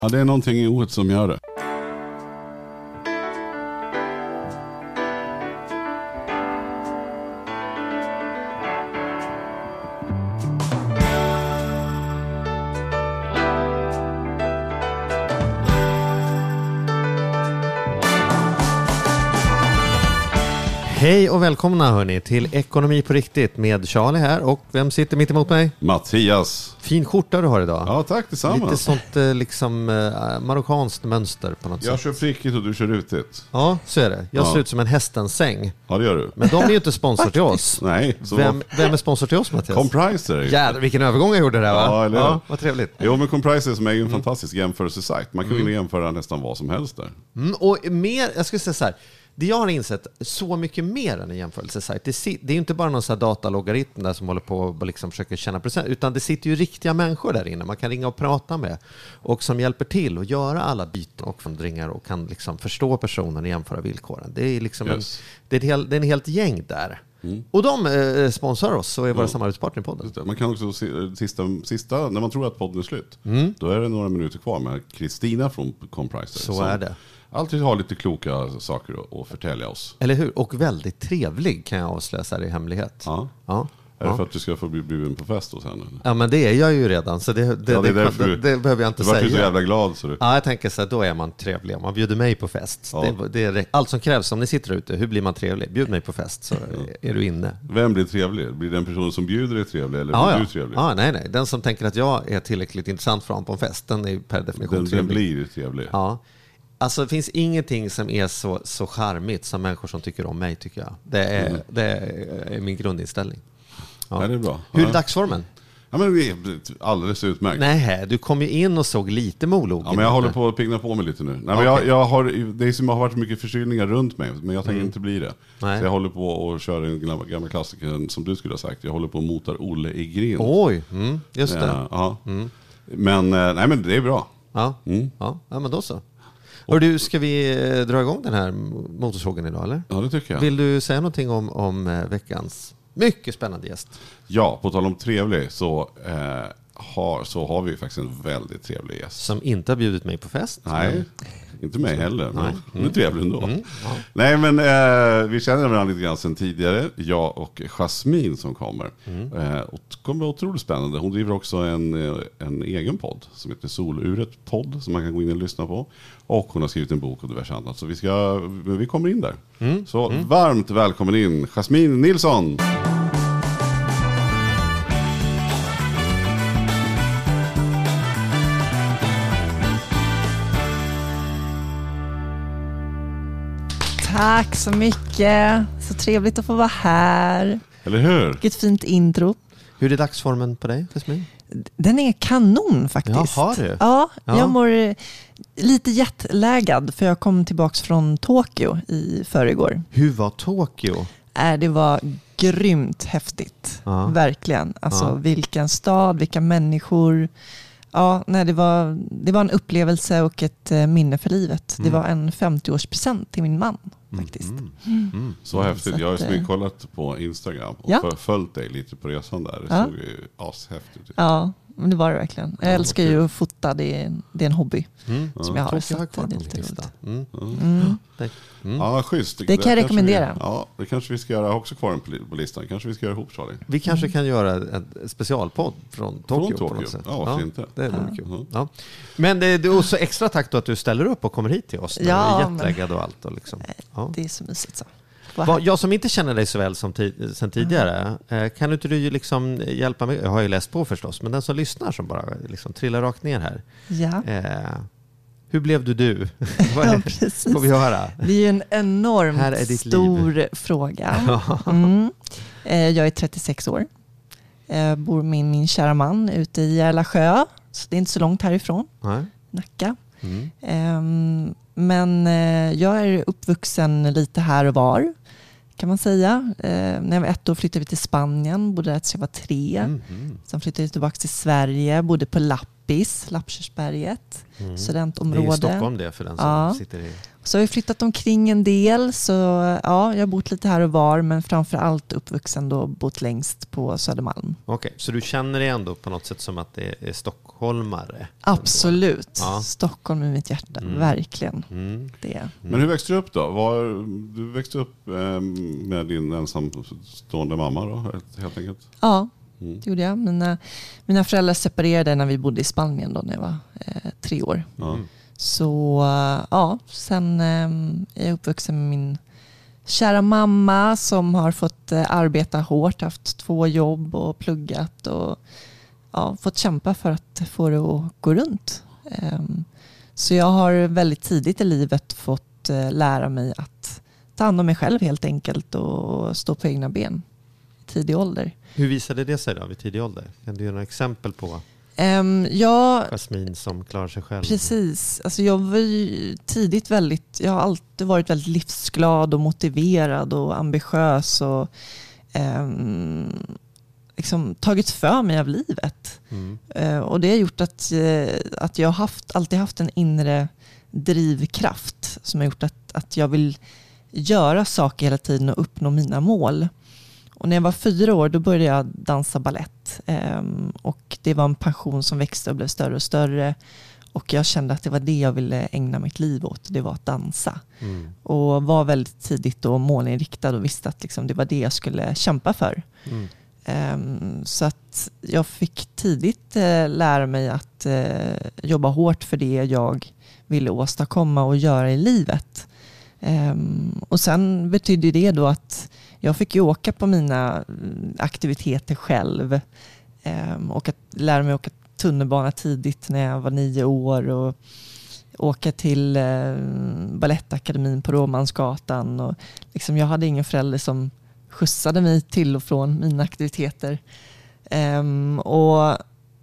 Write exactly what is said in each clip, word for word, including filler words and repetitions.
Ja, det är någonting i ordet som gör det. Hej och välkomna hörni till Ekonomi på riktigt med Charlie här, och vem sitter mitt emot mig? Mattias. Fin skjorta du har idag. Ja, tack detsamma. Lite sånt eh, liksom eh, marockanskt mönster på något Jag sätt. kör prickigt och du kör rutigt. Ja, så är det. Jag Ja. ser ut som en hästens säng. Ja, det gör du. Men de är ju inte sponsor till oss. Nej. Så Vem, vem är sponsor till oss, Mattias? Compriser. Jädrar, vilken övergång jag gjorde där, va? Ja, eller hur? Ja, vad trevligt. Jo, men Compriser som är ju en fantastisk jämförelsesajt. Man kan ju mm. jämföra nästan vad som helst där. Mm, och mer, jag skulle säga så här. Det jag har insett så mycket mer än en jämförelsesajt. Det, det är ju inte bara någon sån här datalogaritm där som håller på och liksom försöker tjäna procent, utan det sitter ju riktiga människor där inne man kan ringa och prata med och som hjälper till att göra alla byten och funderingar och kan liksom förstå personen och jämföra villkoren. Det är liksom yes. en, det är, ett hel, det är en helt gäng där. Mm. Och de eh, sponsrar oss och är våra ja. samarbetspartner i podden. Man kan också se sista, sista, när man tror att podden är slut, mm. då är det några minuter kvar med Kristina från Compriser. Så som är det. Alltid har lite kloka saker att förtälja oss. Eller hur? Och väldigt trevlig kan jag avslöja här i hemlighet. Ja. Ja. Är det ja. för att du ska få bli bjuden på fest hos henne? Ja, men det är jag ju redan. Så det, det, ja, det, det, det, det, det behöver jag inte du säga. Du var så jävla glad. Så du... Ja, jag tänker så här, då är man trevlig. Man bjuder mig på fest. Ja. Det, det är allt som krävs. Om ni sitter ute, hur blir man trevlig? Bjud mig på fest så ja. är du inne. Vem blir trevlig? Blir den personen som bjuder dig trevlig eller ja, blir ja. du trevlig? Ja, nej, nej. Den som tänker att jag är tillräckligt intressant för honom på en fest, den är per definition den, trevlig. Den blir trevlig. Ja. Alltså det finns ingenting som är så, så charmigt som människor som tycker om mig, tycker jag. Det är, mm. det är min grundinställning. Ja. Ja, det är bra. Hur är ja. dagsformen? Ja, men det är alldeles utmärkt. Nej, du kom ju in och såg lite molog. Ja, men jag håller på att pigna på mig lite nu. Nej, men okay. jag, jag har, det är som har varit mycket förkylningar runt mig, men jag tänker mm. inte bli det. Nej. Så jag håller på och kör en gammal, gammal klassiker som du skulle ha sagt. Jag håller på och motar Olle i grind. Oj, mm, just det. Ja, ja. Mm. Men, nej, men det är bra. Ja, mm. ja. ja men då så. Och du, ska vi dra igång den här motorsågen idag, eller? Ja, det tycker jag. Vill du säga någonting om, om veckans mycket spännande gäst? Ja, på tal om trevlig så, eh, har, så har vi faktiskt en väldigt trevlig gäst. Som inte har bjudit mig på fest? Nej, men... inte mig heller. Men Nej. hon är trevlig ändå. Mm. Ja. Nej, men eh, vi känner varandra lite grann sedan tidigare. Jag och Jasmine som kommer. Mm. Eh, och det kommer vara otroligt spännande. Hon driver också en, en egen podd som heter Soluret podd som man kan gå in och lyssna på. Och hon har skrivit en bok och diverse annat. Så vi, ska, vi kommer in där. Mm. Så mm. varmt välkommen in Jasmine Nilsson. Tack så mycket. Så trevligt att få vara här. Eller hur? Vilket fint intro. Hur är dagsformen på dig, Jasmine? Den är kanon faktiskt. Ja, har du? Ja, jag ja. mår lite jetlaggad för jag kom tillbaka från Tokyo i förrgår. Hur var Tokyo? Äh, det var grymt häftigt. Ja. Verkligen. Alltså ja. vilken stad, vilka människor. Ja, nej, det var, det var en upplevelse och ett minne för livet. Mm. Det var en femtioårspresent till min man faktiskt. Mm. Mm. Mm. Så mm. häftigt. Jag har ju smygkollat på Instagram och ja. följt dig lite på resan där. Det ja. såg ju ashäftigt ut. Ja, men det var det verkligen. Jag ja, älskar ju att fota. Det är, det är en hobby mm. som ja. jag har. Så jag har det lite mm. mm. Mm. Ja, schysst. Det, det kan jag rekommendera. Vi, ja, det kanske vi ska göra också kvar på listan. Kanske vi ska göra ihop, Charlie. Vi kanske kan göra en specialpodd från Tokyo. Från Tokyo. Ja, varför ja, inte? Det är ja. kul. Mm. Ja. Men det är också extra tack då att du ställer upp och kommer hit till oss. Ja, du är jätteläggad och allt. Och liksom. ja. Det är så mysigt så. Jag som inte känner dig så väl som tid, sen tidigare, mm. kan du inte du liksom hjälpa mig? Jag har ju läst på förstås, men den som lyssnar som bara liksom trillar rakt ner här. Ja. Eh, hur blev du du? Vad är, ja, precis. Får vi höra? Det är ju en enormt här är stor liv. fråga. Mm. Jag är trettiosex år. Jag bor med min kära man ute i Järlasjö. Så det är inte så långt härifrån. Nej. Nacka. Mm. Men jag är uppvuxen lite här och var, kan man säga. När jag var ett år flyttade vi till Spanien. Bodde där tills jag var tre. Mm. Sen flyttade jag tillbaka till Sverige. Bodde på Lapp Lappis, Lappkörsberget, mm. studentområde. Det är i Stockholm det för den som ja. sitter i... Så har vi flyttat omkring en del, så ja, jag har bott lite här och var, men framförallt uppvuxen då, bott längst på Södermalm. Okej, så du känner dig ändå på något sätt som att det är stockholmare? Absolut. Ja. Stockholm i mitt hjärta, mm. verkligen. Mm. Det. Mm. Men hur växte du upp då? Var, du växte upp eh, med din ensamstående mamma då, helt enkelt? Ja, mm. det gjorde jag. Mina, mina föräldrar separerade när vi bodde i Spanien då, när jag var eh, tre år. Mm. Så ja, sen eh, är jag uppvuxen med min kära mamma som har fått eh, arbeta hårt, haft två jobb och pluggat och ja, fått kämpa för att få det att gå runt. Eh, så jag har väldigt tidigt i livet fått eh, lära mig att ta hand om mig själv helt enkelt och stå på egna ben i tidig ålder. Hur visade det sig då vid tidig ålder? Kan du ge några exempel på? Um, jag, Jasmin som klarar sig själv. Precis. Alltså jag var ju tidigt väldigt, jag har alltid varit väldigt livsglad och motiverad och ambitiös och um, liksom tagit för mig av livet. Mm. Uh, och det har gjort att, uh, att jag har haft, alltid haft en inre drivkraft som har gjort att, att jag vill göra saker hela tiden och uppnå mina mål. Och när jag var fyra år då började jag dansa ballett. Um, och det var en passion som växte och blev större och större. Och jag kände att det var det jag ville ägna mitt liv åt. Det var att dansa. Mm. Och var väldigt tidigt då målinriktad och visste att liksom det var det jag skulle kämpa för. Mm. Um, så att jag fick tidigt uh, lära mig att uh, jobba hårt för det jag ville åstadkomma och göra i livet. Um, och sen betydde det då att jag fick ju åka på mina aktiviteter själv um, och att lära mig åka tunnelbana tidigt när jag var nio år och åka till uh, Balettakademin på Råmansgatan. Och liksom jag hade ingen förälder som skjutsade mig till och från mina aktiviteter. Um, och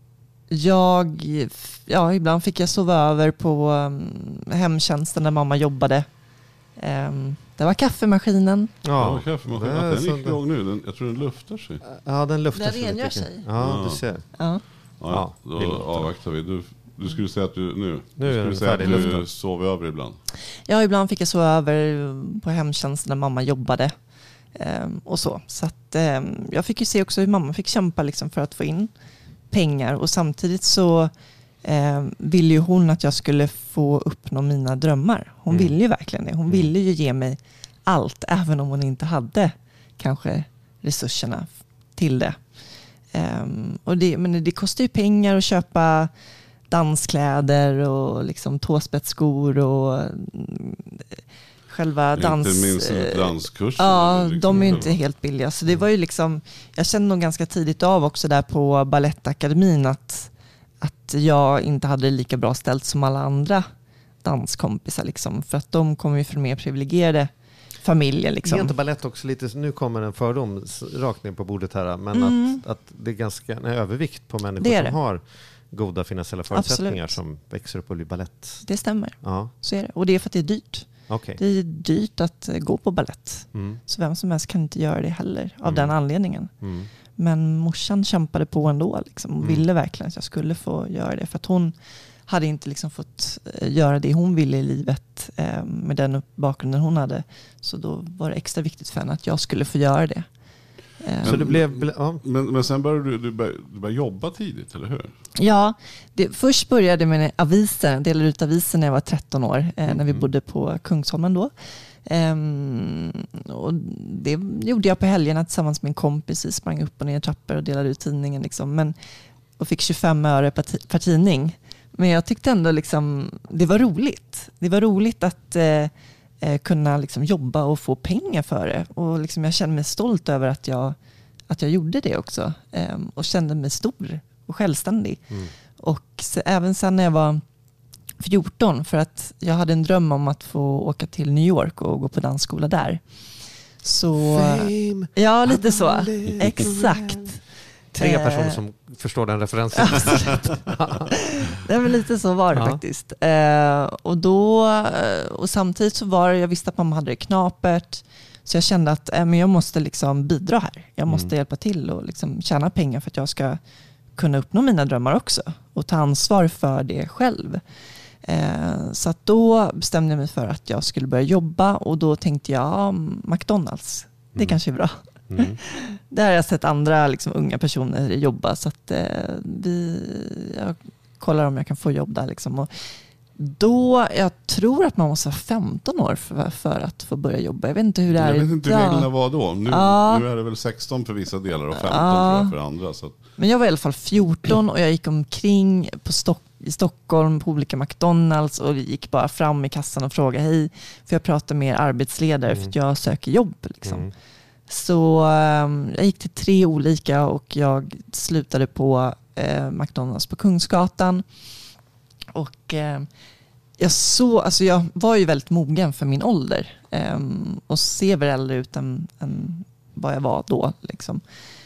jag, ja, ibland fick jag sova över på um, hemtjänsten där mamma jobbade. Um, det var kaffemaskinen. Ja, ja kaffemaskinen. Den gick igång nu. Den, jag tror den luftar sig. Ja, den luftar den sig. Den rengör sig. Ja, du ser. Ja, ja, ja då avvaktar vi. Du, du skulle säga att du nu, nu du skulle säga att du sov över ibland. Ja, ibland fick jag sova över på hemtjänsten där mamma jobbade. Um, och så. Så att, um, jag fick ju se också hur mamma fick kämpa liksom, för att få in pengar. Och samtidigt så um, ville ju hon att jag skulle få uppnå mina drömmar. Hon mm. ville ju verkligen det. Hon mm. ville ju ge mig allt, även om hon inte hade kanske resurserna till det. Um, och det men det kostar ju pengar att köpa danskläder och liksom tåspetsskor och själva dans... Inte minst danskurser. Ja, liksom, de är ju inte helt billiga. Så det var ju liksom... Jag kände nog ganska tidigt av också där på Balettakademin att, att jag inte hade det lika bra ställt som alla andra danskompisar. Liksom, för att de kommer ju från mer privilegierade familjer. Liksom. Är inte balett också lite... Nu kommer en fördom rakt ner på bordet här. Men mm. att, att det är ganska en övervikt på människor som det. har goda finansiella förutsättningar. Absolut. Som växer upp och blir balett. Det stämmer. Ja. Så är det. Och det är för att det är dyrt. Okay. Det är dyrt att gå på ballett. Mm. Så vem som helst kan inte göra det heller av mm. den anledningen. Mm. Men morsan kämpade på ändå liksom, och mm. ville verkligen att jag skulle få göra det. För att hon hade inte liksom fått göra det hon ville i livet eh, med den bakgrunden hon hade. Så då var det extra viktigt för henne att jag skulle få göra det. Men, så det blev, ja. men, men sen började du, du, började, du började jobba tidigt, eller hur? Ja, det, först började jag med aviser. Jag delade ut aviser när jag var tretton år. Eh, mm. När vi bodde på Kungsholmen då. Um, och det gjorde jag på helgerna tillsammans med en kompis. Vi sprang upp och ner trappor och delade ut tidningen. Liksom. Men, och fick tjugofem öre per, t- per tidning. Men jag tyckte ändå liksom, det var roligt. Det var roligt att... Eh, kunna liksom jobba och få pengar för det. Och liksom jag kände mig stolt över att jag, att jag gjorde det också. Um, och kände mig stor och självständig. Mm. Och så, även sen när jag var fjorton, för att jag hade en dröm om att få åka till New York och gå på dansskola där. Så, Fame. Ja, lite så. Exakt. Tre personer som förstår den referensen. Det är väl lite så var det ja. faktiskt. Eh, och, då, och samtidigt så var det, jag visste att mamma hade det knapert. Så jag kände att eh, men jag måste liksom bidra här. Jag måste mm. hjälpa till och liksom tjäna pengar för att jag ska kunna uppnå mina drömmar också. och ta ansvar för det själv. Eh, så att då bestämde jag mig för att jag skulle börja jobba och då tänkte jag, ja, McDonalds, det mm. kanske är bra. Mm. Där har jag sett andra liksom, unga personer jobba så att eh, vi, jag kollar om jag kan få jobb där. Liksom. Och då, jag tror att man måste vara femton år för, för att få börja jobba. Jag vet inte hur det är. Jag vet inte hur reglerna var då. Nu, ja. nu är det väl sexton för vissa delar och femton ja. tror jag för andra. Så att... Men jag var i alla fall fjorton och jag gick omkring på Stock- i Stockholm på olika McDonalds och gick bara fram i kassan och frågade hej, för jag pratar med arbetsledare mm. för att jag söker jobb. Liksom. Mm. Så um, jag gick till tre olika och jag slutade på uh, McDonalds på Kungsgatan. Och uh, jag, så, alltså jag var ju väldigt mogen för min ålder um, och ser väl äldre ut än, än vad jag var då. Liksom.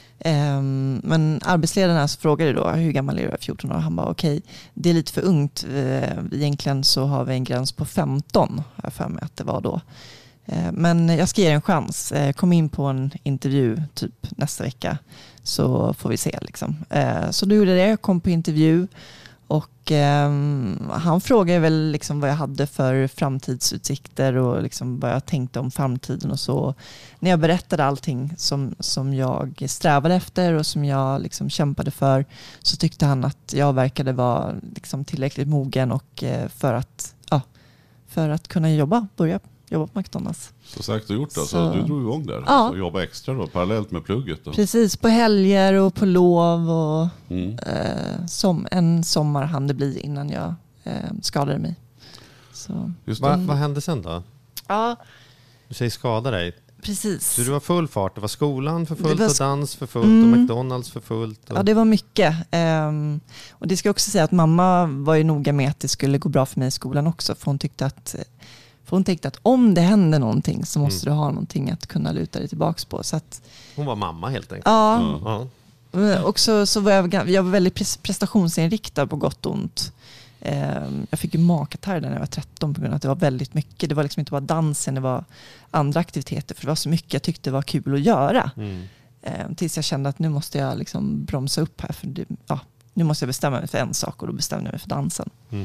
Um, men arbetsledaren så frågade då hur gammal är du? fjorton år. Han bara okej, okay, det är lite för ungt. Uh, egentligen så har vi en gräns på femton, har jag för mig att det var då. Uh, men jag ska ge er en chans. Uh, kom in på en intervju typ nästa vecka så får vi se. Liksom. Uh, så då gjorde jag det. Jag kom på intervju och um, han frågade väl liksom vad jag hade för framtidsutsikter och liksom vad jag tänkte om framtiden och så. När jag berättade allting som, som jag strävade efter och som jag liksom kämpade för så tyckte han att jag verkade vara liksom tillräckligt mogen och uh, för att, ja, för att kunna jobba, börja jobba på McDonalds. Så sagt och gjort då, så, så du drog igång där ja. och jobbade extra då, parallellt med plugget då. Precis, på helger och på lov och mm. eh, som en sommar hann det bli innan jag eh, skadade mig. Så. Just Va, vad hände sen då? Ja. Du säger skada dig. Precis. Så du var full fart, det var skolan för fullt var sk- och dans för fullt mm. och McDonalds för fullt. Och... Ja, det var mycket. Um, och det ska jag också säga att mamma var ju noga med att det skulle gå bra för mig i skolan också, för hon tyckte att För hon tänkte att om det händer någonting så måste mm. du ha någonting att kunna luta dig tillbaka på. Så att, hon var mamma helt enkelt. Ja. Mm. Mm. Och så, så var jag, jag var väldigt prestationsinriktad på gott och ont. Jag fick ju magkatarr när jag var tretton på grund av att det var väldigt mycket. Det var liksom inte bara dansen, det var andra aktiviteter. För det var så mycket jag tyckte var kul att göra. Mm. Tills jag kände att nu måste jag liksom bromsa upp här. För det, ja, nu måste jag bestämma mig för en sak och då bestämde jag mig för dansen. Mm.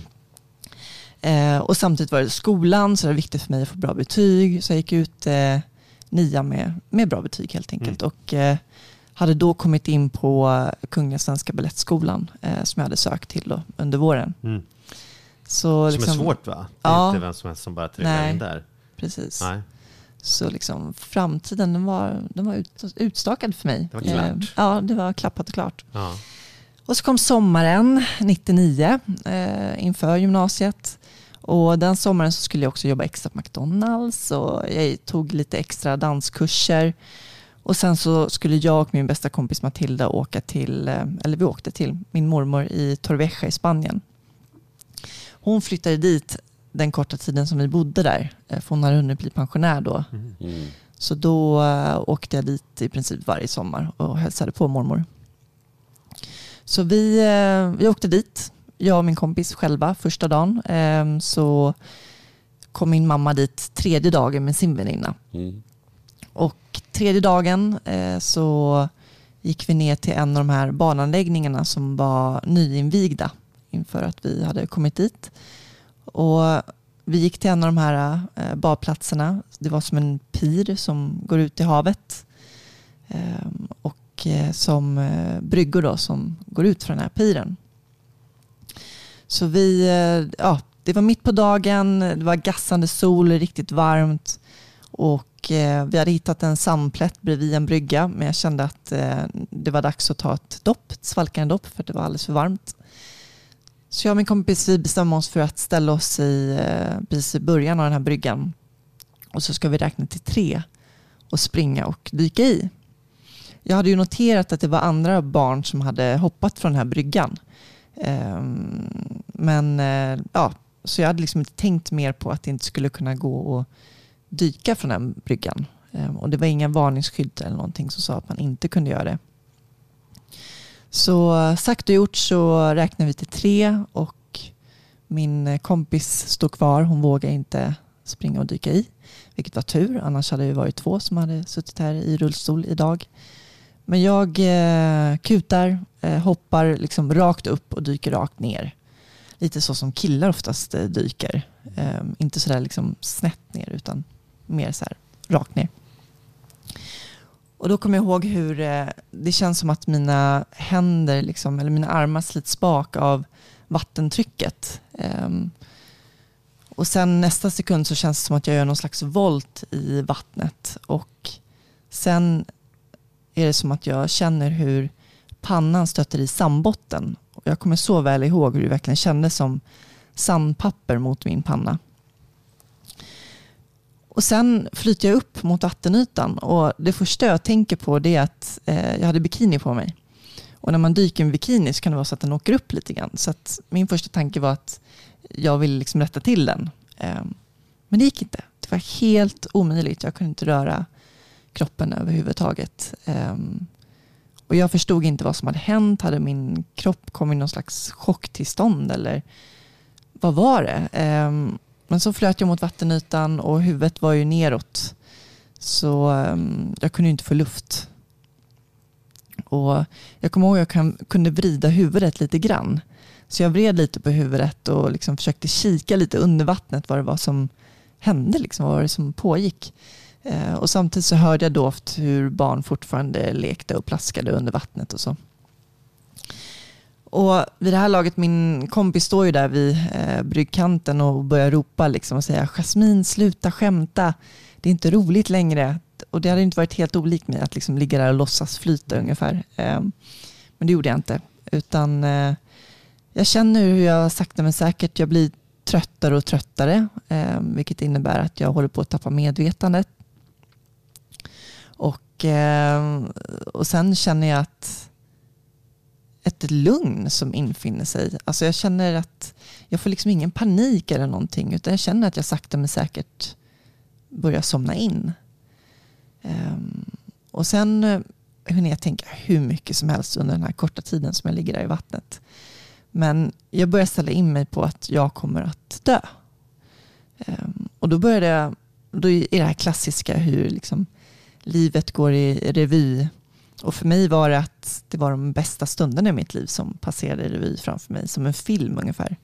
Eh, och samtidigt var det skolan, så det var viktigt för mig att få bra betyg. Så jag gick ut eh, nia med, med bra betyg helt enkelt. Mm. Och eh, hade då kommit in på Kungliga Svenska Ballettskolan eh, som jag hade sökt till då, under våren. Mm. Så, som liksom, är svårt va? Det är ja, inte vem som helst som bara trillar in där. Precis. Nej. Så liksom, framtiden den var, den var ut, utstakad för mig. Det var klart. Eh, ja, det var klappat och klart. Ja. Och så kom sommaren nittionio eh, inför gymnasiet. Och den sommaren så skulle jag också jobba extra på McDonalds. Och jag tog lite extra danskurser. Och sen så skulle jag och min bästa kompis Matilda åka till, eller vi åkte till min mormor i Torrevieja i Spanien. Hon flyttade dit den korta tiden som vi bodde där. För hon hade hunnit bli pensionär då. Mm. Så då åkte jag dit i princip varje sommar och hälsade på mormor. Så vi, vi åkte dit, jag och min kompis själva första dagen. Så kom min mamma dit tredje dagen med sin väninna. Mm. Och tredje dagen så gick vi ner till en av de här bananläggningarna som var nyinvigda inför att vi hade kommit dit. Och vi gick till en av de här badplatserna. Det var som en pir som går ut i havet. Och som bryggor då som går ut från den här piren. Så vi, ja, det var mitt på dagen, det var gassande sol, riktigt varmt och eh, vi hade hittat en sandplätt bredvid en brygga, men jag kände att eh, det var dags att ta ett dopp, ett svalkande dopp, för det var alldeles för varmt. Så jag och min kompis vi bestämde oss för att ställa oss i, eh, precis i början av den här bryggan och så ska vi räkna till tre och springa och dyka i. Jag hade ju noterat att det var andra barn som hade hoppat från den här bryggan. Um, men uh, ja, så jag hade liksom inte tänkt mer på att det inte skulle kunna gå och dyka från den bryggan. Um, och det var inga varningsskydd eller någonting som sa att man inte kunde göra det. Så uh, sagt och gjort så räknade vi till tre och min kompis stod kvar. Hon vågade inte springa och dyka i, vilket var tur. Annars hade det varit två som hade suttit här i rullstol idag. Men jag eh, kutar, eh, hoppar liksom rakt upp och dyker rakt ner. Lite så som killar oftast eh, dyker. Eh, inte sådär liksom snett ner utan mer så här rakt ner. Och då kommer jag ihåg hur eh, det känns som att mina händer liksom, eller mina armar slits bak av vattentrycket. Eh, och sen nästa sekund så känns det som att jag gör någon slags volt i vattnet. Och sen är det som att jag känner hur pannan stöter i sandbotten. Och jag kommer så väl ihåg hur det verkligen kändes som sandpapper mot min panna. Och sen flyter jag upp mot vattenytan. Och det första jag tänker på det är att eh, jag hade bikini på mig. Och när man dyker med bikini så kan det vara så att den åker upp lite grann. Så att min första tanke var att jag ville liksom rätta till den. Eh, men det gick inte. Det var helt omöjligt. Jag kunde inte röra kroppen överhuvudtaget. Um, och jag förstod inte vad som hade hänt. Hade min kropp kommit i någon slags chocktillstånd eller vad var det? Um, men så flöt jag mot vattenytan och huvudet var ju neråt. Så um, jag kunde inte få luft. Och jag kommer ihåg att jag kan, kunde vrida huvudet lite grann. Så jag vred lite på huvudet och liksom försökte kika lite under vattnet vad det var som hände, liksom, vad var det som pågick. Och samtidigt så hörde jag doft hur barn fortfarande lekte och plaskade under vattnet och så. Och vid det här laget, min kompis står ju där vid eh, bryggkanten och börjar ropa liksom och säga: Jasmin, sluta skämta. Det är inte roligt längre. Och det hade inte varit helt olikt mig att liksom ligga där och låtsas flyta ungefär. Eh, men det gjorde jag inte. Utan eh, jag känner hur jag sakta men säkert jag blir tröttare och tröttare. Eh, vilket innebär att jag håller på att tappa medvetandet. Och, eh, och sen känner jag att ett lugn som infinner sig. Alltså jag känner att jag får liksom ingen panik eller någonting. Utan jag känner att jag sakta men säkert börjar somna in. Eh, och sen hinner jag tänka hur mycket som helst under den här korta tiden som jag ligger där i vattnet. Men jag börjar ställa in mig på att jag kommer att dö. Eh, och då börjar det, då är det här klassiska hur liksom livet går i revy. Och för mig var det att det var de bästa stunderna i mitt liv som passerade i revy framför mig. Som en film ungefär.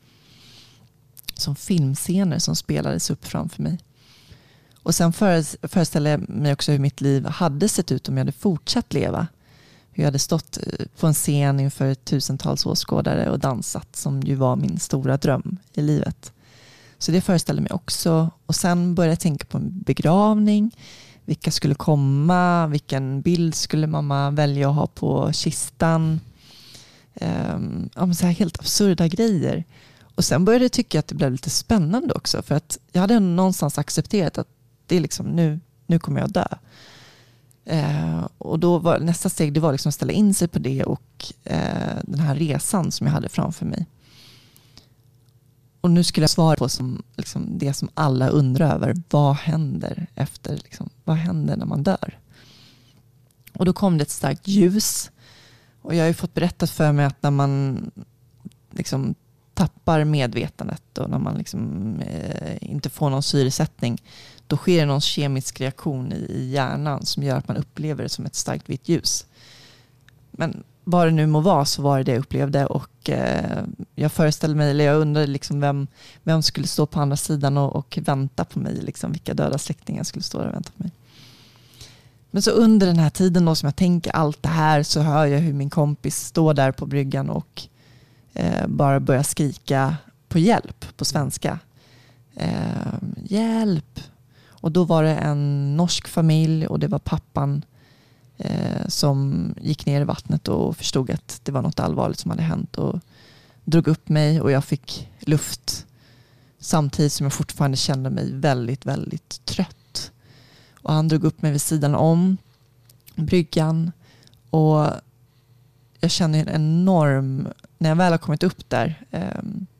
Som filmscener som spelades upp framför mig. Och sen föreställer jag mig också hur mitt liv hade sett ut om jag hade fortsatt leva. Hur jag hade stått på en scen inför tusentals åskådare och dansat, som ju var min stora dröm i livet. Så det föreställer mig också. Och sen började jag tänka på en begravning. Vilka skulle komma? Vilken bild skulle mamma välja att ha på kistan? Um, ja, men så här helt absurda grejer. Och sen började jag tycka att det blev lite spännande också. För att jag hade någonstans accepterat att det är liksom nu, nu kommer jag dö. Uh, och då var nästa steg det var liksom att ställa in sig på det och uh, den här resan som jag hade framför mig. Och nu skulle jag svara på som, liksom, det som alla undrar över. Vad händer efter? Liksom, vad händer när man dör? Och då kom det ett starkt ljus. Och jag har ju fått berättat för mig att när man liksom tappar medvetandet och när man liksom, eh, inte får någon syresättning, då sker det någon kemisk reaktion i, i hjärnan som gör att man upplever det som ett starkt vitt ljus. Men vad det nu må vara så var det det jag upplevde. Och eh, jag föreställde mig, eller jag undrade liksom vem, vem skulle stå på andra sidan och, och vänta på mig. Liksom, vilka döda släktingar skulle stå där och vänta på mig. Men så under den här tiden då som jag tänker allt det här, så hör jag hur min kompis står där på bryggan och eh, bara börjar skrika på hjälp på svenska. Eh, hjälp! Och då var det en norsk familj och det var pappan eh, som gick ner i vattnet och förstod att det var något allvarligt som hade hänt och drog upp mig och jag fick luft samtidigt som jag fortfarande kände mig väldigt, väldigt trött. Och han drog upp mig vid sidan om bryggan och jag kände en enorm, när jag väl har kommit upp där eh,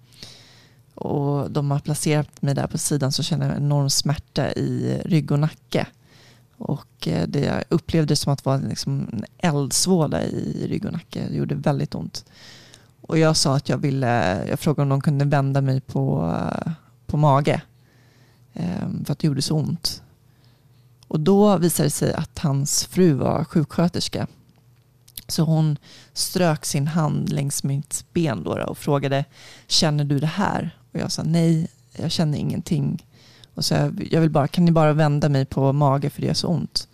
och de har placerat mig där på sidan, så kände jag en enorm smärta i rygg och nacke. Och eh, det jag upplevde som att vara liksom en eldsvåda i rygg och nacke. Det gjorde väldigt ont. Och jag sa att jag ville, jag frågade om de kunde vända mig på, på mage. Eh, för att det gjorde så ont. Och då visade det sig att hans fru var sjuksköterska. Så hon strök sin hand längs mitt ben då och frågade, känner du det här? Och jag sa nej, jag känner ingenting. Och så jag, jag vill bara, kan ni bara vända mig på mage för det är så ont?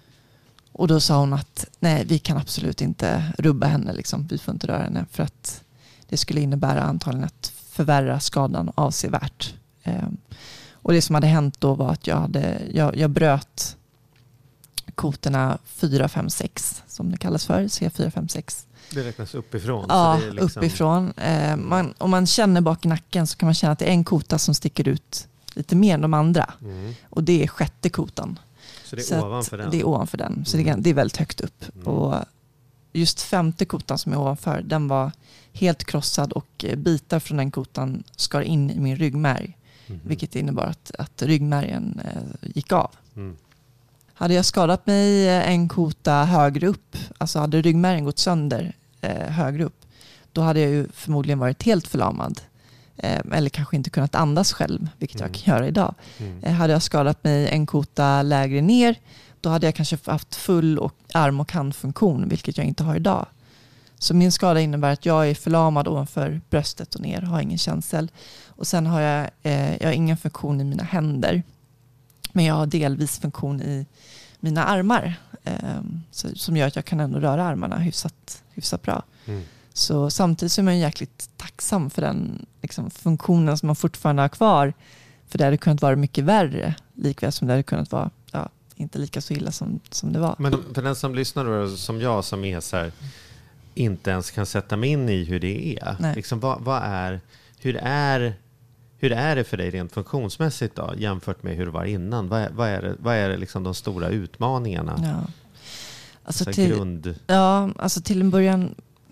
Och då sa hon att nej, vi kan absolut inte rubba henne. Liksom. Vi får inte röra henne för att det skulle innebära antagligen att förvärra skadan avsevärt. Um, och det som hade hänt då var att jag, hade, jag, jag bröt kotorna fyra, fem, sex som det kallas för, C fyra, fem, sex. Det räknas uppifrån. Ja, så det är liksom... uppifrån. Eh, man, om man känner bak i nacken så kan man känna att det är en kota som sticker ut lite mer än de andra. Mm. Och det är sjätte kotan. Så det är så ovanför den? Det är ovanför den. Så mm. det, är, det är väldigt högt upp. Mm. Och just femte kotan som är ovanför, den var helt krossad och bitar från den kotan skar in i min ryggmärg. Mm. Vilket innebar att, att ryggmärgen eh, gick av. Mm. Hade jag skadat mig en kota högre upp, alltså hade ryggmärgen gått sönder eh, högre upp, då hade jag ju förmodligen varit helt förlamad. Eh, eller kanske inte kunnat andas själv, vilket mm. jag kan göra idag. Mm. Eh, hade jag skadat mig en kota lägre ner, då hade jag kanske haft full och arm- och handfunktion, vilket jag inte har idag. Så min skada innebär att jag är förlamad ovanför bröstet och ner, har ingen känsel. Och sen har jag, eh, jag har ingen funktion i mina händer. Men jag har delvis funktion i mina armar. Eh, så, som gör att jag kan ändå röra armarna hyfsat, hyfsat bra. Mm. Så samtidigt så är man jäkligt tacksam för den liksom, funktionen som man fortfarande har kvar. För det hade kunnat vara mycket värre. Likväl som det hade kunnat vara ja, inte lika så illa som, som det var. Men för den som lyssnar då, som jag som är så här, inte ens kan sätta mig in i hur det är. Liksom, vad, vad är, hur är... Hur är det för dig rent funktionsmässigt då, jämfört med hur det var innan? Vad är, vad är, det, vad är det liksom de stora utmaningarna? Ja. Alltså så till, grund... ja, alltså till en början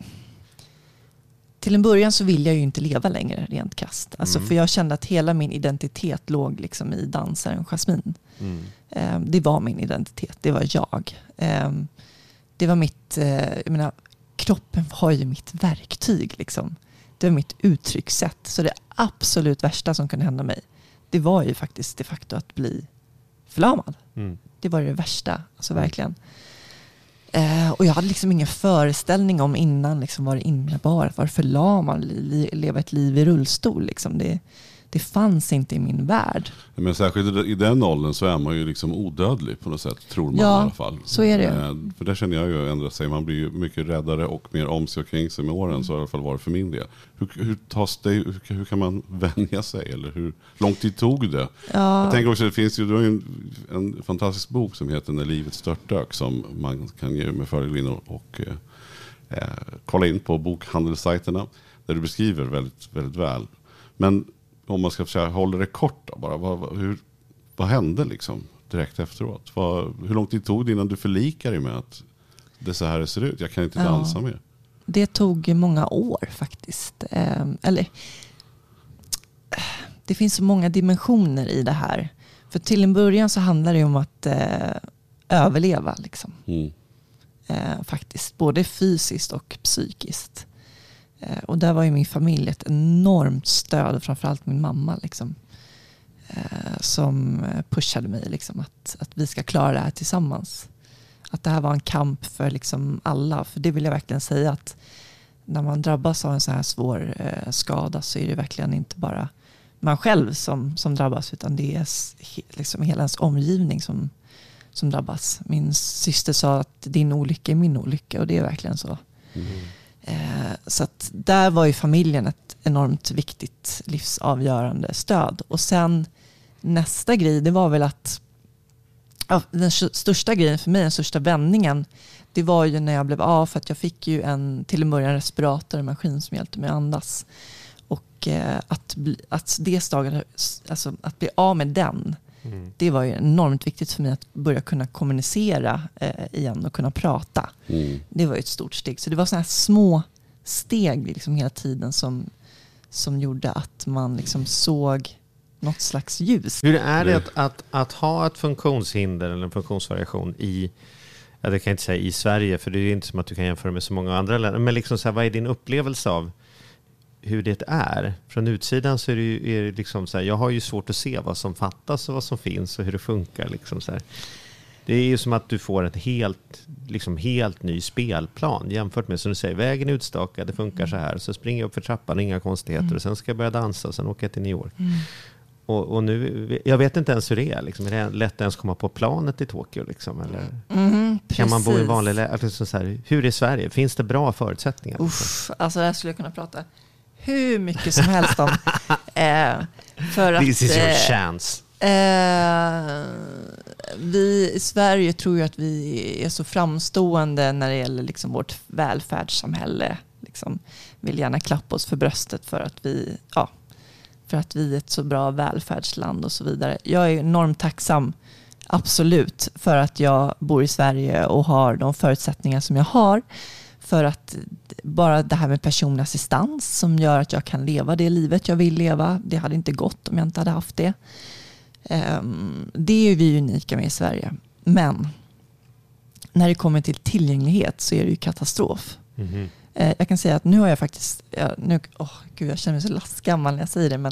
till en början så vill jag ju inte leva längre rent krasst. Alltså mm. för jag kände att hela min identitet låg liksom i dansaren Jasmine. Mm. Eh, det var min identitet, det var jag. Eh, det var mitt, eh, jag menar, kroppen var ju mitt verktyg liksom. Det var mitt uttryckssätt. Så det absolut värsta som kunde hända mig, det var ju faktiskt de facto att bli förlamad. Mm. Det var det värsta, alltså mm. verkligen. Eh, och jag hade liksom ingen föreställning om innan liksom vad det innebar att vara förlamad, li- leva ett liv i rullstol. Liksom. Det, det fanns inte i min värld. Men särskilt i den åldern så är man ju liksom odödlig på något sätt, tror man ja, i alla fall. Så är det. Eh, för där känner jag ju ändra sig. Man blir ju mycket räddare och mer om sig och kring sig med åren, mm. så i alla fall var det för min del. Hur, hur, tas det, hur, hur kan man vänja sig? Eller hur lång tid tog det? Ja. Jag tänker också, det finns ju, du har ju en, en fantastisk bok som heter När livet störtdök som man kan ge med fördel in och, och eh, kolla in på bokhandelssajterna där du beskriver väldigt, väldigt väl. Men om man ska försöka hålla det kort då, bara, vad, hur, vad hände liksom direkt efteråt? Vad, hur lång tid tog det innan du förlikar dig med att det är så här det ser ut? Jag kan inte dansa ja, mer. Det tog många år faktiskt. Eh, eller det finns så många dimensioner i det här. För till en början så handlar det om att eh, överleva liksom. Mm. Eh, faktiskt, både fysiskt och psykiskt. Och där var ju min familj ett enormt stöd, framförallt min mamma liksom, eh, som pushade mig liksom, att, att vi ska klara det här tillsammans. Att det här var en kamp för liksom, alla. För det vill jag verkligen säga, att när man drabbas av en så här svår eh, skada så är det verkligen inte bara man själv som, som drabbas, utan det är liksom hela ens omgivning som, som drabbas. Min syster sa att din olycka är min olycka, och det är verkligen så. Mm. Så att där var ju familjen ett enormt viktigt livsavgörande stöd. Och sen nästa grej, det var väl att ja, den största grejen för mig, den största vändningen, det var ju när jag blev av, för att jag fick ju en till en början respirator, en maskin som hjälpte mig att andas. Och eh, att, bli, att det staget, alltså att bli av med den, mm. det var ju enormt viktigt för mig att börja kunna kommunicera eh, igen och kunna prata. Mm. Det var ju ett stort steg. Så det var såna här små steg liksom hela tiden som, som gjorde att man liksom såg något slags ljus. Hur är det att, att, att ha ett funktionshinder eller en funktionsvariation i, ja, det kan jag inte säga i Sverige, för det är ju inte som att du kan jämföra med så många andra länder, men liksom så här, vad är din upplevelse av hur det är? Från utsidan så är det ju är det liksom så här, jag har ju svårt att se vad som fattas och vad som finns och hur det funkar liksom så här. Det är ju som att du får en helt, liksom helt ny spelplan jämfört med, som du säger, vägen är utstakad, det funkar så här. Så springer jag upp för trappan, inga konstigheter. Mm. Och sen ska jag börja dansa och sen åka jag till New York. Mm. Och, och nu, jag vet inte ens hur det är. Liksom. Är det lätt att ens komma på planet i Tokyo? Liksom, eller Mm, kan man bo i en vanlig lä- alltså, så här, hur är Sverige? Finns det bra förutsättningar? Uff, alltså det här skulle jag kunna prata hur mycket som helst om. eh, för att, This is your eh, chance. Eh, vi i Sverige tror ju att vi är så framstående när det gäller liksom vårt välfärdssamhälle. Liksom, vill gärna klappa oss för bröstet för att vi, ja, för att vi är ett så bra välfärdsland och så vidare. Jag är enormt tacksam, absolut, för att jag bor i Sverige och har de förutsättningar som jag har. För att bara det här med personlig assistans som gör att jag kan leva det livet jag vill leva, det hade inte gått om jag inte hade haft det. Um, det är vi unika med i Sverige. Men när det kommer till tillgänglighet så är det ju katastrof. Mm-hmm. Uh, jag kan säga att nu har jag faktiskt, uh, nu, oh, gud, jag känner mig så lastgammal när jag säger det, men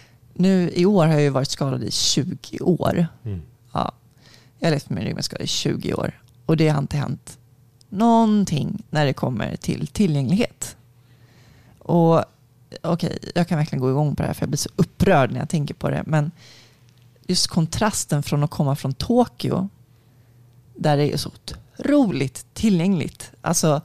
nu i år har jag ju varit skadad i tjugo år. Mm. Ja, jag har levt med min ryggmärgsskada i tjugo år och det har inte hänt någonting när det kommer till tillgänglighet. Och okej, okay, jag kan verkligen gå igång på det här för jag blir så upprörd när jag tänker på det, men just kontrasten från att komma från Tokyo där det är så otroligt tillgängligt. Alltså,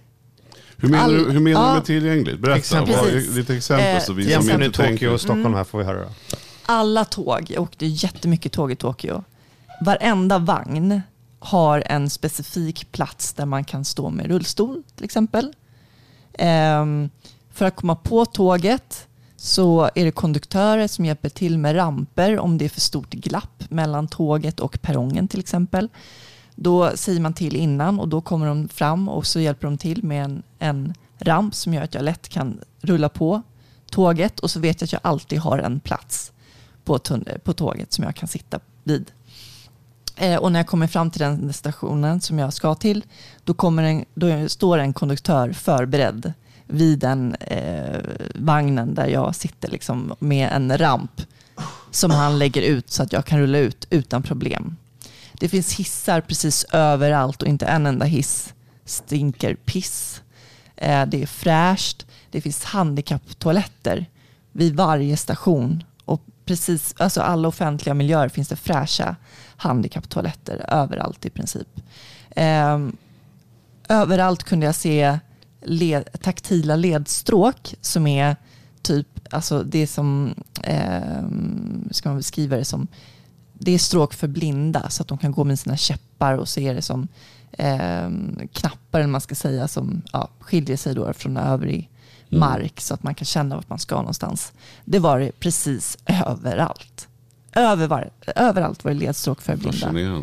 hur menar, all, du, hur menar ja, du med tillgängligt? Berätta, exempel. vad, lite exempel eh, så vi jämför som nu inte Tokyo tänker. och Stockholm här får vi höra då. Alla tåg, jag åkte jättemycket tåg i Tokyo. Varenda vagn har en specifik plats där man kan stå med rullstol till exempel. Ehm, för att komma på tåget så är det konduktörer som hjälper till med ramper om det är för stort glapp mellan tåget och perrongen till exempel. Då säger man till innan och då kommer de fram och så hjälper de till med en, en ramp som gör att jag lätt kan rulla på tåget och så vet jag att jag alltid har en plats på, tun- på tåget som jag kan sitta vid. Eh, och när jag kommer fram till den stationen som jag ska till, då, kommer en, då står en konduktör förberedd vid den eh, vagnen där jag sitter liksom, med en ramp som han lägger ut så att jag kan rulla ut utan problem. Det finns hissar precis överallt och inte en enda hiss stinker piss. Eh, det är fräscht. Det finns handikapptoaletter vid varje station. Och precis, alltså alla offentliga miljöer finns det fräscha handikapptoaletter överallt i princip. Eh, överallt kunde jag se led, taktila ledstråk som är typ, alltså det är som, eh, ska man beskriva det som, det är stråk för blinda så att de kan gå med sina käppar och så är det som eh, knappar, eller man ska säga, som ja, skiljer sig då från övrig mm. mark så att man kan känna vart man ska någonstans. Det var det precis överallt. Över var, överallt var det ledstråk för blinda.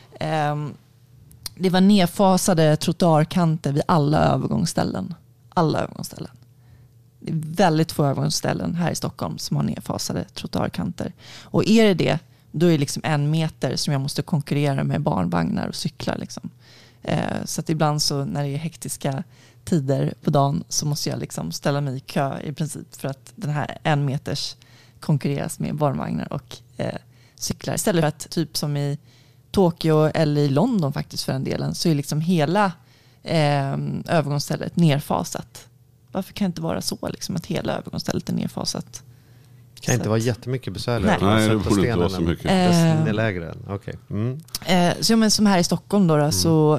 Eh, det var nedfasade trottoarkanter vid alla övergångsställen. Alla övergångsställen. Det är väldigt få övergångsställen här i Stockholm som har nedfasade trottoarkanter. Och är det det, då är det liksom en meter som jag måste konkurrera med barnvagnar och cyklar. Liksom. Eh, så att ibland så när det är hektiska tider på dagen så måste jag liksom ställa mig i kö i princip för att den här en meters konkurreras med barnvagnar och eh, cyklar. Istället för att typ som i Tokyo eller i London faktiskt för en delen så är liksom hela eh, övergångsstället nerfasat. Varför kan det inte vara så liksom, att hela övergångsstället är nerfasat? Kan inte vara jättemycket besvärligare. Nej, Nej det borde inte vara så mycket. Eh, det är lägre. Okay. Mm. Eh, så, men som här i Stockholm då, då mm. så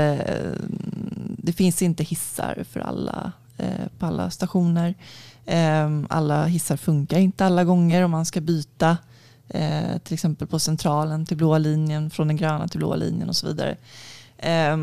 är det finns inte hissar för alla eh, på alla stationer. Eh, alla hissar funkar inte alla gånger om man ska byta eh, till exempel på centralen till blåa linjen, från den gröna till blåa linjen och så vidare. Eh,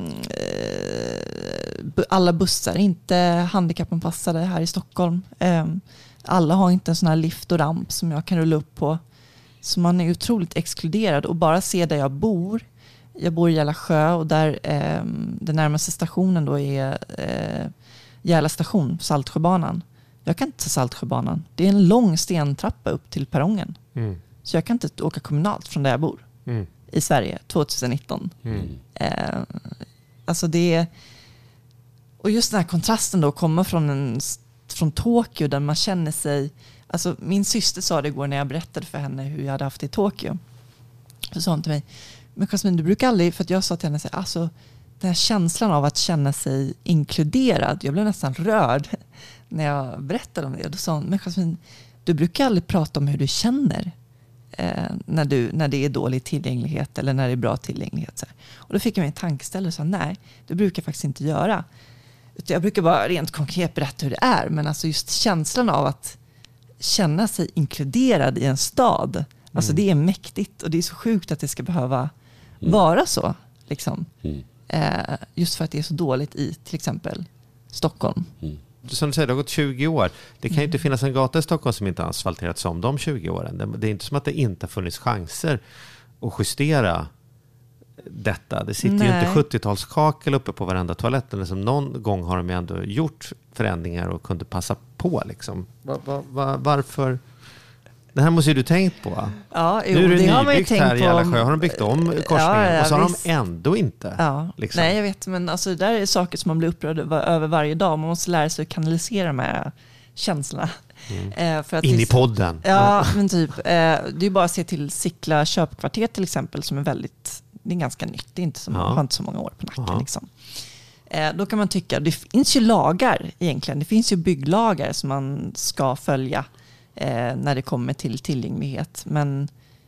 alla bussar är inte handikappanpassade här i Stockholm. Eh, Alla har inte en sån här lift och ramp som jag kan rulla upp på. Så man är otroligt exkluderad. Och bara se där jag bor. Jag bor i Järla sjö och där eh, den närmaste stationen då är eh, Järla station, Saltsjöbanan. Jag kan inte ta Saltsjöbanan. Det är en lång stentrappa upp till perrongen. Mm. Så jag kan inte åka kommunalt från där jag bor. Mm. I Sverige, tjugonitton. Mm. Eh, alltså det är... Och just den här kontrasten då, komma från en... från Tokyo där man känner sig, alltså min syster sa det igår när jag berättade för henne hur jag hade haft det i Tokyo, så sa hon till mig, men Jasmin, du brukar aldrig, för att jag sa till henne så här, alltså den här känslan av att känna sig inkluderad, jag blev nästan rörd när jag berättade om det. Då sa hon, men Jasmin, du brukar aldrig prata om hur du känner eh, när, du, när det är dålig tillgänglighet eller när det är bra tillgänglighet. Så här. Och då fick jag mig en tankeställare och sa, nej, det brukar jag faktiskt inte göra. Jag brukar bara rent konkret berätta hur det är, men alltså just känslan av att känna sig inkluderad i en stad, mm. alltså det är mäktigt och det är så sjukt att det ska behöva mm. vara så. Liksom. Mm. Eh, just för att det är så dåligt i till exempel Stockholm. Mm. Som du säger, det har gått tjugo år. Det kan ju inte finnas en gata i Stockholm som inte har asfalterats om de tjugo åren. Det är inte som att det inte har funnits chanser att justera detta. Det sitter Nej. ju inte sjuttiotalskakel uppe på varenda toalett. Eller som någon gång har de ju ändå gjort förändringar och kunde passa på. Liksom. Var, var, var, varför? Det här måste ju du tänkt på. Ja, jo, nu är det, det nybyggt har man ju tänkt här i Järlasjö. Har de byggt om korsningen? Ja, ja, och så har visst. de ändå inte. Ja. Liksom. Nej, jag vet. Men alltså, det där är saker som man blir upprörd över varje dag. Man måste lära sig att kanalisera de här känslorna. Mm. Eh, för att In det, i podden. Ja, men typ. Eh, det är ju bara att se till Sickla köpkvarter till exempel som är väldigt, det är ganska nytt. Det är inte så, ja. har inte så många år på nacken. Ja. Liksom. Eh, då kan man tycka, det finns ju lagar egentligen. Det finns ju bygglagar som man ska följa Eh, när det kommer till tillgänglighet. Men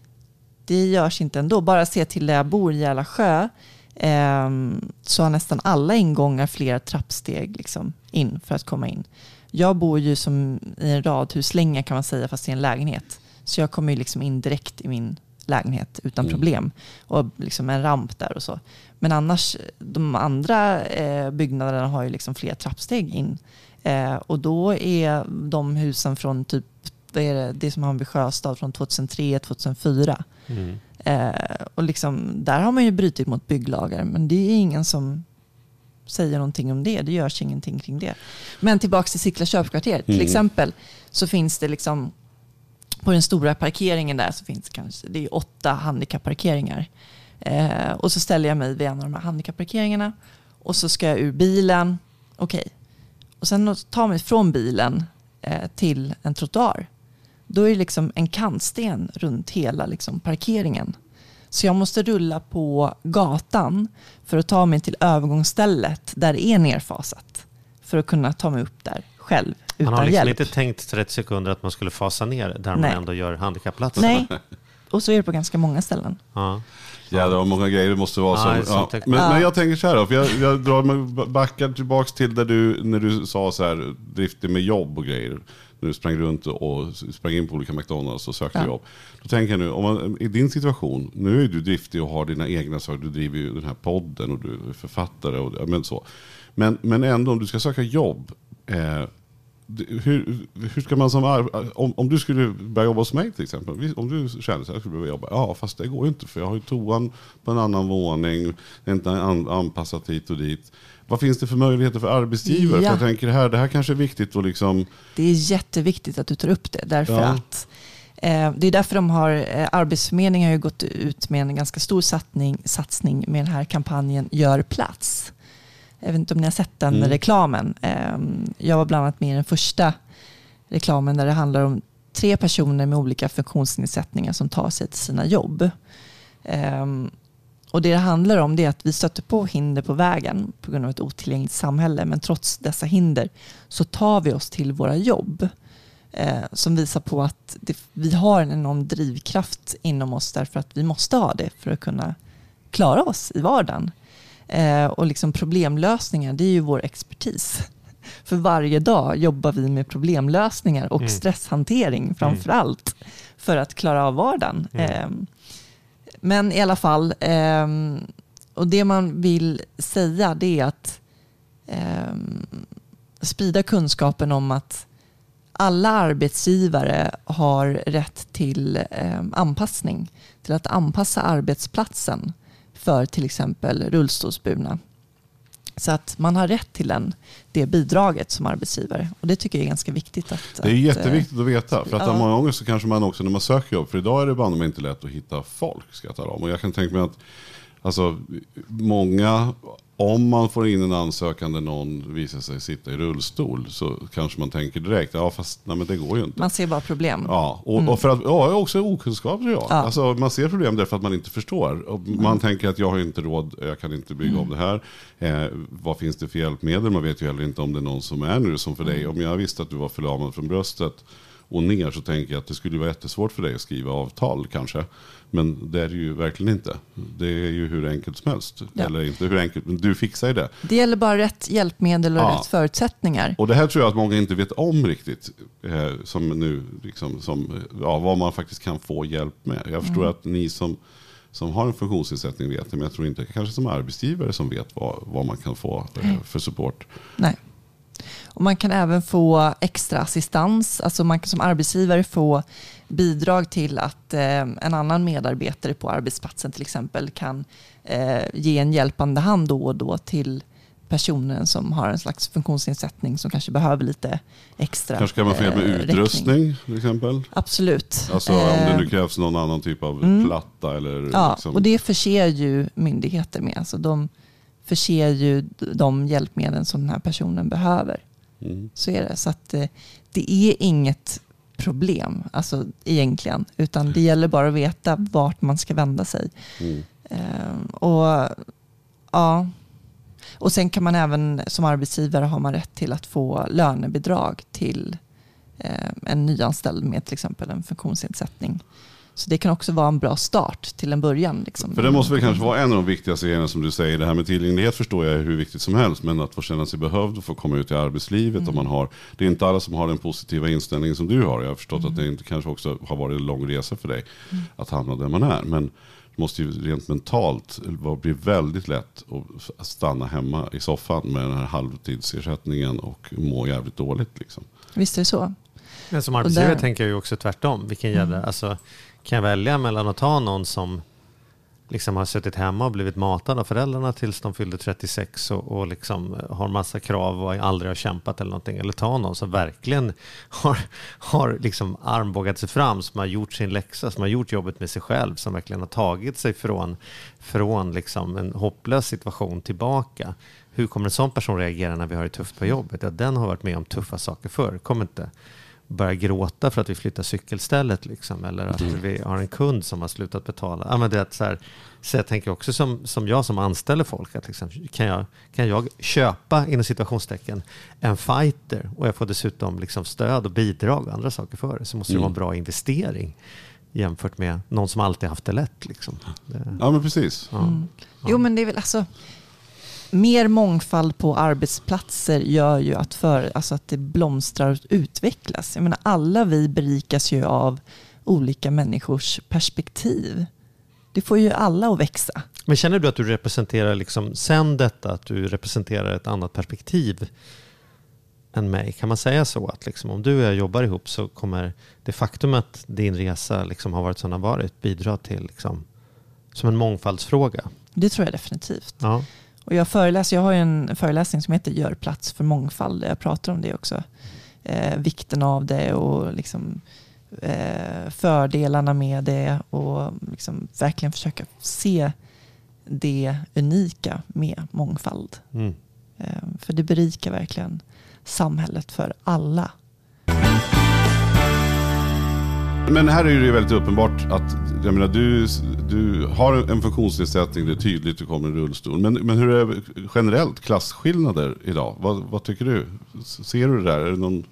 det görs inte ändå. Bara se till där jag bor i Järlasjö eh, så har nästan alla ingångar flera trappsteg liksom, in för att komma in. Jag bor ju som i en radhuslänga kan man säga, fast i en lägenhet. Så jag kommer ju liksom in direkt i min lägenhet utan mm. problem. Och liksom en ramp där och så. Men annars, de andra eh, byggnaderna har ju liksom flera trappsteg in. Eh, och då är de husen från typ det är det, det som Hammarby Sjöstad från tjugohundratre till tjugohundrafyra. Mm. Eh, och liksom, där har man ju brytit mot bygglagar, men det är ingen som säger någonting om det. Det görs ingenting kring det. Men tillbaka till Sickla köpkvarter. Mm. Till exempel så finns det liksom på den stora parkeringen där så finns det kanske det är åtta handikapparkeringar. Eh, och så ställer jag mig vid en av de här handikapparkeringarna och så ska jag ur bilen. Okej. Okay. Och sen tar mig från bilen eh, till en trottoar. Då är det liksom en kantsten runt hela liksom parkeringen. Så jag måste rulla på gatan för att ta mig till övergångsstället där det är nerfasat. För att kunna ta mig upp där själv utan Man har liksom hjälp. inte tänkt trettio sekunder att man skulle fasa ner där Nej. man ändå gör handikappplatser. Nej, och så är det på ganska många ställen. Ja. Ja, det var många grejer det måste vara ja, som, ja. Men, ja. men jag tänker så här då, för jag, jag drar mig backar tillbaka till där du, när du sa så här, drifter med jobb och grejer. När du sprang runt och sprang in på olika McDonalds och sökte ja. jobb. Då tänker jag nu, om man, i din situation, nu är du driftig och har dina egna saker, du driver ju den här podden och du är författare och men så. Men, men ändå, om du ska söka jobb, eh, hur, hur ska man som om, om du skulle börja jobba hos mig till exempel, om du känner så här, skulle börja jobba, ja fast det går ju inte för jag har ju toan på en annan våning, det är inte an, anpassat hit och dit. Vad finns det för möjligheter för arbetsgivare? Ja. För jag tänker det här, det här kanske är viktigt att liksom... Det är jätteviktigt att du tar upp det därför ja. att eh, det är därför de har eh, Arbetsförmedlingen har ju gått ut med en ganska stor satsning, satsning med den här kampanjen Gör plats. Jag vet inte om ni har sett den mm. reklamen. Jag var bland annat med i den första reklamen där det handlar om tre personer med olika funktionsnedsättningar som tar sig till sina jobb. Och det det handlar om det är att vi stöter på hinder på vägen på grund av ett otillgängligt samhälle. Men trots dessa hinder så tar vi oss till våra jobb. Som visar på att det, vi har en enorm drivkraft inom oss därför att vi måste ha det för att kunna klara oss i vardagen. Eh, och liksom problemlösningar, det är ju vår expertis. För varje dag jobbar vi med problemlösningar och mm. stresshantering framför mm. allt för att klara av vardagen. Mm. Eh, men i alla fall, eh, och det man vill säga det är att eh, sprida kunskapen om att alla arbetsgivare har rätt till eh, anpassning, till att anpassa arbetsplatsen för till exempel rullstolsburna. Så att man har rätt till den, det bidraget som arbetsgivare. Och det tycker jag är ganska viktigt. Att, det är att, jätteviktigt att veta. För att ja. många gånger så kanske man också när man söker jobb, för idag är det bara inte lätt att hitta folk, ska jag tala om. Och jag kan tänka mig att alltså, många om man får in en ansökan där någon visar sig sitta i rullstol så kanske man tänker direkt, ja fast nej, men det går ju inte. Man ser bara problem. Ja, och, mm. och för att, ja, också okunskap tror jag. Ja. Alltså, man ser problem därför att man inte förstår. Och mm. Man tänker att jag har inte råd, jag kan inte bygga mm. om det här. Eh, vad finns det för hjälpmedel? Man vet ju heller inte om det är någon som är nu som för dig. Om jag visste att du var förlamad från bröstet och ner så tänker jag att det skulle vara jättesvårt för dig att skriva avtal kanske. Men det är det ju verkligen inte. Det är ju hur enkelt som helst. Ja. Eller inte hur enkelt, men du fixar ju det. Det gäller bara rätt hjälpmedel och ja. rätt förutsättningar. Och det här tror jag att många inte vet om riktigt. Eh, som nu, liksom, som, ja, vad man faktiskt kan få hjälp med. Jag förstår mm. att ni som, som har en funktionsnedsättning vet det. Men jag tror inte kanske som arbetsgivare som vet vad, vad man kan få eh, för support. Nej. Och man kan även få extra assistans. Alltså man kan som arbetsgivare få bidrag till att eh, en annan medarbetare på arbetsplatsen till exempel kan eh, ge en hjälpande hand då och då till personen som har en slags funktionsnedsättning som kanske behöver lite extra. Kanske kan man få hjälp med utrustning till exempel? Absolut. Alltså om det nu krävs någon annan typ av mm. platta eller... Ja, liksom... och det förser ju myndigheter med. Alltså de förser ju de hjälpmedel som den här personen behöver. Mm. Så är det. Så att eh, det är inget problem alltså egentligen, utan det gäller bara att veta vart man ska vända sig. Mm. Eh, och ja, och sen kan man även som arbetsgivare har man rätt till att få lönebidrag till eh, en nyanställd med till exempel en funktionsnedsättning. Så det kan också vara en bra start till en början. Liksom. För det måste väl kanske vara en av de viktigaste grejerna som du säger. Det här med tillgänglighet förstår jag hur viktigt som helst. Men att få känna sig behövd och få komma ut i arbetslivet. Mm. Om man har, det är inte alla som har den positiva inställningen som du har. Jag har förstått mm. att det inte kanske också har varit en lång resa för dig. Mm. Att hamna där man är. Men det måste ju rent mentalt bli väldigt lätt att stanna hemma i soffan med den här halvtidsersättningen och må jävligt dåligt. Liksom. Visst är det så. Men som arbetsgivare tänker jag ju också tvärtom. Vilken gäller, mm. alltså, kan jag välja mellan att ta någon som liksom har suttit hemma och blivit matad av föräldrarna tills de fyllde trettiosex och, och liksom har massa krav och aldrig har kämpat eller någonting, eller ta någon som verkligen har, har liksom armbågat sig fram, som har gjort sin läxa, som har gjort jobbet med sig själv, som verkligen har tagit sig från, från liksom en hopplös situation tillbaka. Hur kommer en sån person reagera när vi har det tufft på jobbet? Ja, den har varit med om tuffa saker förr. Kommer inte börja gråta för att vi flyttar cykelstället liksom, eller att mm. vi har en kund som har slutat betala. Ja, men det är så här, så jag tänker också som, som jag som anställer folk att liksom, kan, jag, kan jag köpa inom situationstecken en fighter och jag får dessutom liksom stöd och bidrag och andra saker för det, så måste mm. det vara en bra investering jämfört med någon som alltid haft det lätt liksom. Det, ja men precis. Ja. Mm. Jo men det är väl alltså mer mångfald på arbetsplatser gör ju att, för, alltså att det blomstrar och utvecklas. Jag menar, alla vi berikas ju av olika människors perspektiv. Det får ju alla att växa. Men känner du att du representerar, liksom, sen detta, att du representerar ett annat perspektiv än mig? Kan man säga så? Att liksom, om du och jag jobbar ihop så kommer det faktum att din resa liksom har varit som den har varit bidra till liksom, som en mångfaldsfråga? Det tror jag definitivt. Ja. Och jag föreläser, jag har ju en föreläsning som heter Gör plats för mångfald, där jag pratar om det också. Eh, vikten av det och liksom, eh, fördelarna med det och liksom verkligen försöka se det unika med mångfald. Mm. Eh, för det berikar verkligen samhället för alla. Men här är det väldigt uppenbart att jag menar, du, du har en funktionsnedsättning, det är tydligt, du kommer i rullstol. Men, men hur är det generellt klasskillnader idag? Vad, vad tycker du? Ser du det där? Är det någon...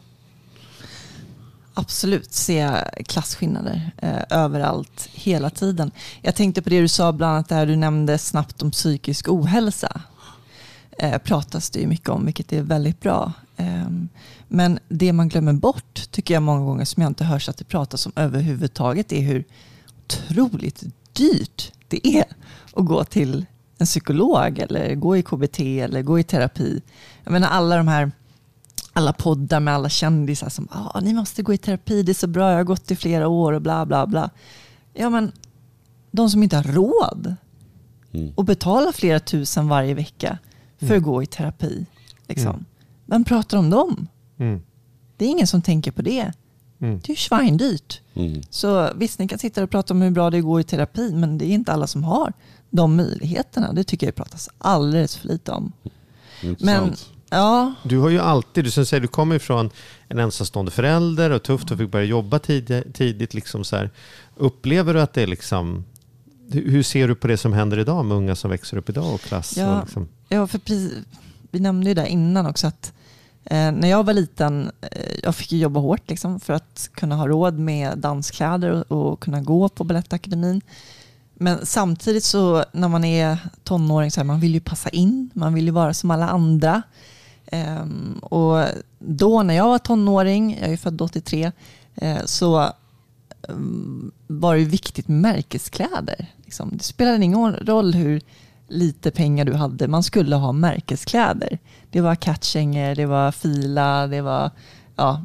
Absolut ser jag klasskillnader eh, överallt hela tiden. Jag tänkte på det du sa, bland annat där du nämnde snabbt om psykisk ohälsa. Eh, pratas det ju mycket om, vilket är väldigt bra. Eh, men det man glömmer bort, tycker jag många gånger, som jag inte hörs att det pratas om överhuvudtaget, är hur otroligt dyrt det är att gå till en psykolog eller gå i K B T eller gå i terapi. Jag menar alla de här alla poddar med alla kändisar som ah, ni måste gå i terapi, det är så bra, jag har gått i flera år och bla bla bla. Ja men de som inte har råd mm. att betala flera tusen varje vecka för mm. att gå i terapi. Liksom. Mm. Vem pratar om dem? Mm. Det är ingen som tänker på det. Mm. Det är ju svindyrt. Mm. Så visst, ni kan sitta och prata om hur bra det går i terapi, men det är inte alla som har de möjligheterna. Det tycker jag pratas alldeles för lite om. Men, ja. Du har ju alltid, du som säger, du kommer ifrån en ensamstående förälder och tufft och fick börja jobba tidigt. tidigt liksom så här. Upplever du att det är liksom, hur ser du på det som händer idag med unga som växer upp idag och klass? Ja, och liksom? ja för precis, vi nämnde ju där innan också att eh, när jag var liten, eh, jag fick ju jobba hårt liksom, för att kunna ha råd med danskläder och, och kunna gå på Balettakademin. Men samtidigt så när man är tonåring så här, man vill ju passa in, man vill ju vara som alla andra. Um, och då när jag var tonåring, jag är född åttiotre, uh, så um, var det ju viktigt med märkeskläder. Liksom. Det spelade ingen roll hur lite pengar du hade, man skulle ha märkeskläder. Det var Catchinger, det var Fila, det var ja,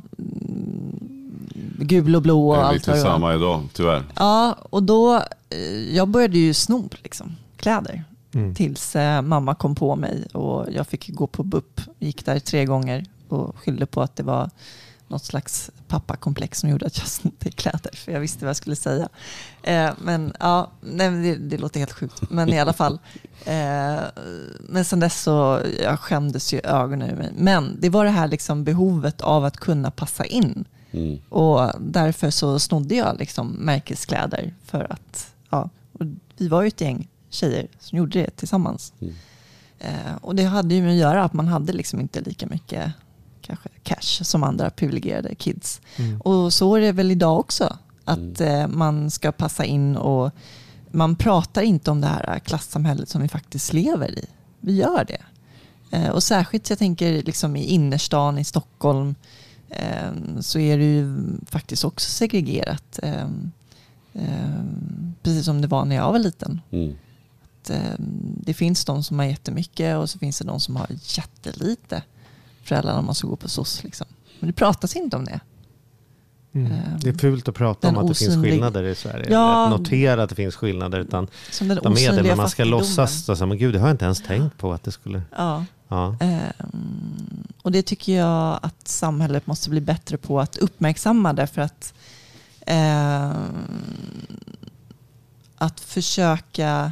gul och blå och allt. Det är lite samma idag, tyvärr. Ja, och då, jag började ju sno liksom, kläder. Mm. Tills eh, mamma kom på mig och jag fick gå på B U P. Gick där tre gånger och skyllde på att det var något slags pappakomplex som gjorde att jag snodde kläder. För jag visste vad jag skulle säga. Eh, men ja, nej, det, det låter helt sjukt. Men i alla fall. Eh, men sen dess så jag skämdes ju ögonen ur mig. Men det var det här liksom behovet av att kunna passa in. Mm. Och därför så snodde jag liksom märkeskläder för att, ja, och vi var ju ett gäng tjejer som gjorde det tillsammans. Mm. Eh, och det hade ju med att göra att man hade liksom inte lika mycket kanske cash som andra privilegierade kids. Mm. Och så är det väl idag också. Att mm. eh, man ska passa in och man pratar inte om det här klassamhället som vi faktiskt lever i. Vi gör det. Eh, och särskilt jag tänker liksom i innerstan i Stockholm eh, så är det ju faktiskt också segregerat. Eh, eh, precis som det var när jag var liten. Mm. Det finns de som har jättemycket och så finns det de som har jättelite föräldrar när man ska gå på S O S. Liksom. Men det pratas inte om det. Mm. Det är fult att prata om att det finns skillnader i Sverige. Ja, att notera att det finns skillnader utan de är det, men man ska låtsas och säga, men gud, det har jag inte ens tänkt på att det skulle... Ja. Ja. Um, och det tycker jag att samhället måste bli bättre på att uppmärksamma därför att um, att försöka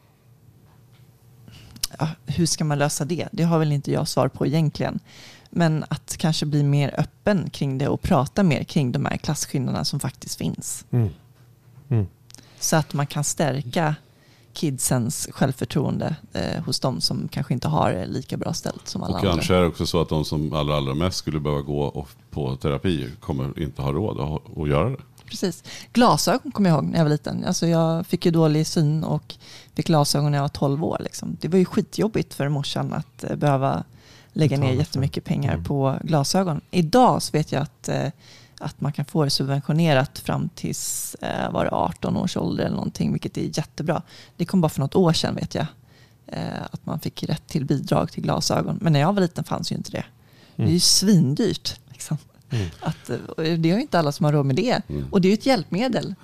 ja, hur ska man lösa det? Det har väl inte jag svar på egentligen. Men att kanske bli mer öppen kring det och prata mer kring de här klasskillnaderna som faktiskt finns. Mm. Mm. Så att man kan stärka kidsens självförtroende eh, hos de som kanske inte har lika bra ställt som alla och andra. Och kanske är det också så att de som allra, allra mest skulle behöva gå och på terapi kommer inte ha råd att, att göra det. Precis. Glasögon kommer jag ihåg när jag var liten. Alltså jag fick ju dålig syn och fick glasögon när jag var tolv år. Liksom. Det var ju skitjobbigt för morsan att eh, behöva lägga ner jättemycket pengar mm. på glasögon. Idag så vet jag att, eh, att man kan få det subventionerat fram tills eh, var det arton års ålder eller någonting, vilket är jättebra. Det kom bara för något år sedan vet jag. Eh, att man fick rätt till bidrag till glasögon. Men när jag var liten fanns ju inte det. Mm. Det är ju svindyrt liksom. Mm. Att, det är ju inte alla som har råd med det. Mm. Och det är ju ett hjälpmedel.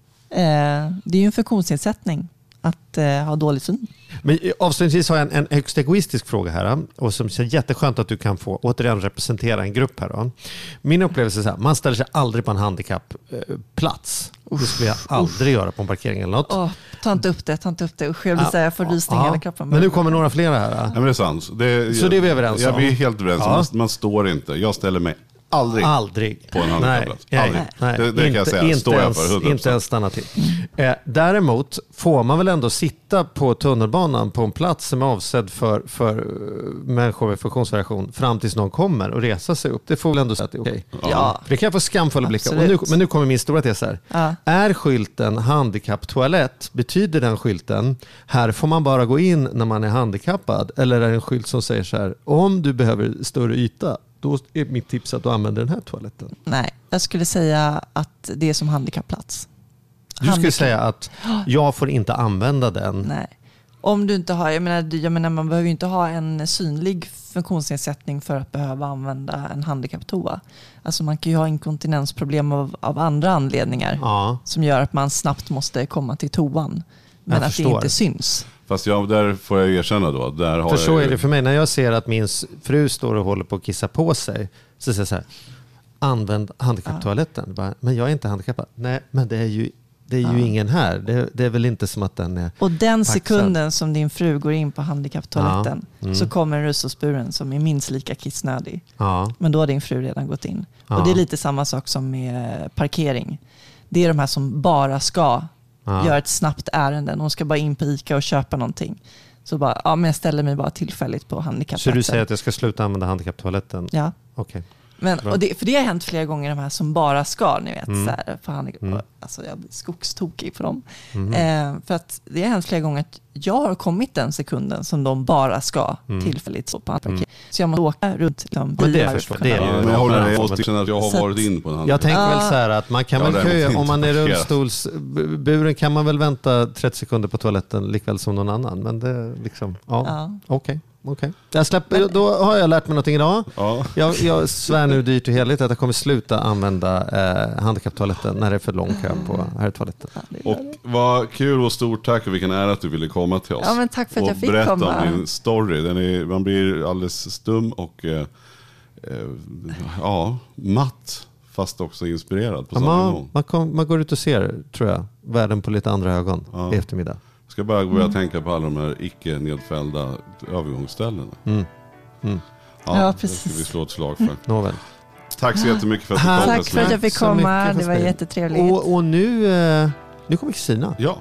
Eh, det är ju en funktionsnedsättning att eh, ha dålig syn. Men avslutningsvis har jag en, en högst egoistisk fråga här. Och som är jätteskönt att du kan få återigen representera en grupp här. Då. Min upplevelse är så här, man ställer sig aldrig på en handikappplats. Eh, det skulle jag aldrig Uff. göra på en parkering eller något. Oh, ta inte upp det, ta inte upp det. Usch, jag vill säga, jag får rysning i hela kroppen. Men nu kommer några fler här. Ja, men det är sant. Det, så det är vi överens om. Jag blir helt överens om. Ja. Man, man står inte. Jag ställer mig Aldrig. Aldrig. På en handikappplats. Aldrig. Nej, det det inte, kan jag säga. Inte Står jag ens, för hundra procent. Inte ens stanna till. Eh, däremot får man väl ändå sitta på tunnelbanan på en plats som är avsedd för, för människor med funktionsvariation fram tills någon kommer och resa sig upp. Det får väl ändå säga att det är okej. Okay. Ja. För det kan jag få skamfulla blickar. Och nu, men nu kommer min stora tes här. Ja. Är skylten handikapptoalett, betyder den skylten här får man bara gå in när man är handikappad? Eller är det en skylt som säger så här, om du behöver större yta, då är mitt tips att du använder den här toaletten. Nej, jag skulle säga att det är som handikappplats. Du skulle Handikapp. säga att jag får inte använda den. Nej. Om du inte har, jag menar, jag menar man behöver ju inte ha en synlig funktionsnedsättning för att behöva använda en handikapptoa. Alltså man kan ju ha inkontinensproblem av, av andra anledningar ja. som gör att man snabbt måste komma till toan. Men jag att förstår. det inte syns. Fast jag, där får jag erkänna då. Där har för så jag är det för mig. När jag ser att min fru står och håller på att kissa på sig så säger jag så här, använd handikapptoaletten. Bara, men jag är inte handikappad. Nej, men det är ju, det är ju ja. ingen här. Det, det är väl inte som att den är Och den paxad. Sekunden som din fru går in på handikapptoaletten ja. mm. så kommer en rullstolsburen som är minst lika kissnödig. Ja. Men då har din fru redan gått in. Ja. Och det är lite samma sak som med parkering. Det är de här som bara ska ja. göra ett snabbt ärende. De ska bara in på ICA och köpa någonting. Så bara, ja men jag ställer mig bara tillfälligt på handikapptoaletten. Så du säger att jag ska sluta använda handikapptoaletten? Ja. Okej. Okay. Men, och det, för det har hänt flera gånger, de här som bara ska, ni vet, Mm. så här, för handikapp, Mm. alltså jag blir skogstokig på dem. Mm. Eh, för att det har hänt flera gånger att jag har kommit den sekunden som de bara ska Mm. tillfälligt så på parkering. Mm. Så jag måste åka runt. Liksom, Men det bilar förstår för att jag. kunna- Ja, men jag håller med. Jag måste känna att jag har Så att- varit in på en Jag tänker Ja. väl så här att man kan Ja, väl det måste köa, inte om man är parkera. rullstolsburen kan man väl vänta trettio sekunder på toaletten likväl som någon annan. Men det liksom, ja, Ja. okej. Okay. Jag släpper, då har jag lärt mig någonting idag. Ja. Jag, jag svär nu dyrt och heligt att jag kommer sluta använda eh, handikapptoaletten när det är för lång kö på herrtoaletten. Ja, det gör Och det. vad kul och stort tack och vilken ära att du ville komma till oss. Ja, men tack för att och jag fick berätta komma. om din story. Den är, man blir alldeles stum och eh, eh, ja, matt fast också inspirerad på Ja, samma man, gång. man, kom, man går ut och ser, tror jag, världen på lite andra ögon Ja. i eftermiddag. Jag ska bara börja Mm. tänka på alla de här icke nedfällda övergångsställena. Mm. Mm. Ja, det precis. ska vi slå ett slag för. Nåväl. Tack så jättemycket för att du Tack kom. Tack för att jag fick så komma, mycket för det var spel. jättetrevligt. Och, och nu, eh, nu kommer Kristina. Ja.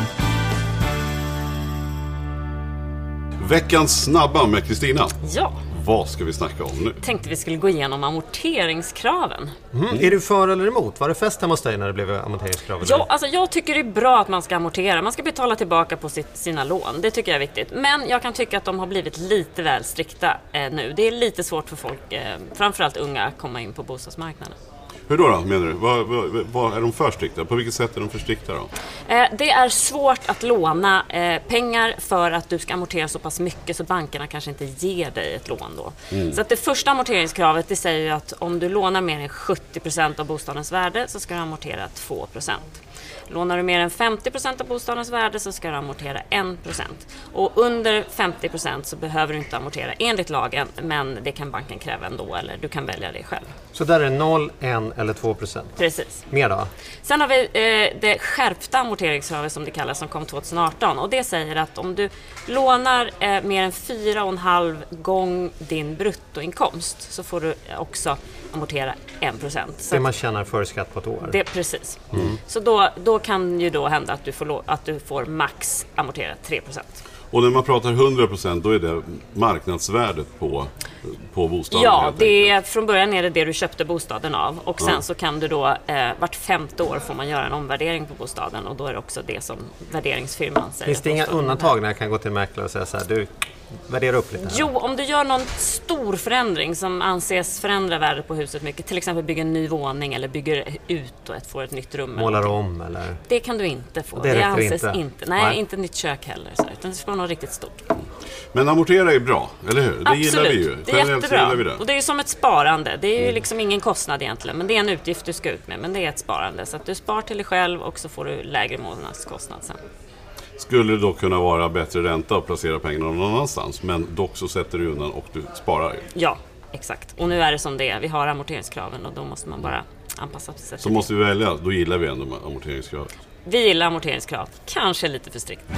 Veckans snabba med Kristina. Ja, Vad ska vi snacka om nu? tänkte vi skulle gå igenom amorteringskraven. Mm. Är du för eller emot? Var det fest hemma hos dig när det blev amorteringskrav? Ja, alltså jag tycker det är bra att man ska amortera. Man ska betala tillbaka på sitt, sina lån. Det tycker jag är viktigt. Men jag kan tycka att de har blivit lite väl strikta eh, nu. Det är lite svårt för folk, eh, framförallt unga, att komma in på bostadsmarknaden. Hur då, då menar du? Vad, vad, vad är de för strikta? På vilket sätt är de för strikta då? Eh, det är svårt att låna eh, pengar för att du ska amortera så pass mycket så bankerna kanske inte ger dig ett lån då. Mm. Så att det första amorteringskravet, det säger ju att om du lånar mer än sjuttio procent av bostadens värde så ska du amortera två procent. Lånar du mer än femtio procent av bostadens värde så ska du amortera en procent. Och under femtio procent så behöver du inte amortera enligt lagen, men det kan banken kräva ändå, eller du kan välja det själv. Så där är noll, en eller två procent. Precis. Mer då? Sen har vi eh, det skärpta amorteringskravet som det kallas, som kom tjugoarton. Och det säger att om du lånar eh, mer än fyra och en halv gång din bruttoinkomst så får du också amortera en procent. Så Det man tjänar före skatt på ett år. det, precis. Så då, då kan ju då hända att du får, lo- att du får max amortera tre procent. Och när man pratar hundra procent då är det marknadsvärdet på, på bostaden. Ja, helt det enkelt. är, från början är det det du köpte bostaden av. Och sen Ja. så kan du då, eh, vart femte år får man göra en omvärdering på bostaden. Och då är det också det som värderingsfirman säger. Finns det att inga bostaden är undantag när jag kan gå till en mäklare och säga så här, du, värdera upp lite här. Jo, om du gör någon stor förändring som anses förändra värdet på huset mycket, till exempel bygger en ny våning eller bygger ut och ett, får ett nytt rum. eller Målar någonting. om eller? Det kan du inte få. Och det Det, räcker anses inte? inte. Nej, Nej. inte nytt kök heller. Så, utan det ska vara något riktigt stort. Men amortera är bra, eller hur? Det Absolut, gillar vi ju. det är Generellt så jättebra. gillar vi det. Och det är ju som ett sparande. Det är ju liksom ingen kostnad egentligen, men det är en utgift du ska ut med. Men det är ett sparande, så att du spar till dig själv och så får du lägre månadskostnad sen. Skulle det då kunna vara bättre ränta att placera pengarna någon annanstans, men dock så sätter du undan och du sparar ju. Ja, exakt. Och nu är det som det är. Vi har amorteringskraven och då måste man bara anpassa sig. Så måste vi välja, då gillar vi ändå amorteringskravet. Vi gillar amorteringskrav. Kanske lite för strikt.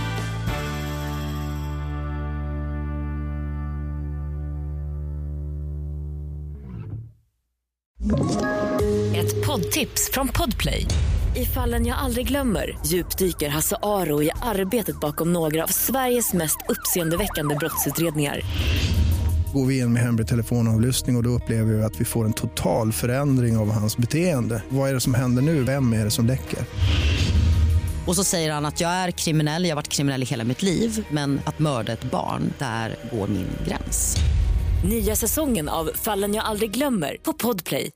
Ett poddtips från Podplay. I Fallen jag aldrig glömmer djupdyker Hasse Aro i arbetet bakom några av Sveriges mest uppseendeväckande brottsutredningar. Går vi in med hemlig telefonavlyssning och, och då upplever vi att vi får en total förändring av hans beteende. Vad är det som händer nu? Vem är det som läcker? Och så säger han att jag är kriminell, jag har varit kriminell i hela mitt liv. Men att mörda ett barn, där går min gräns. Nya säsongen av Fallen jag aldrig glömmer på Podplay.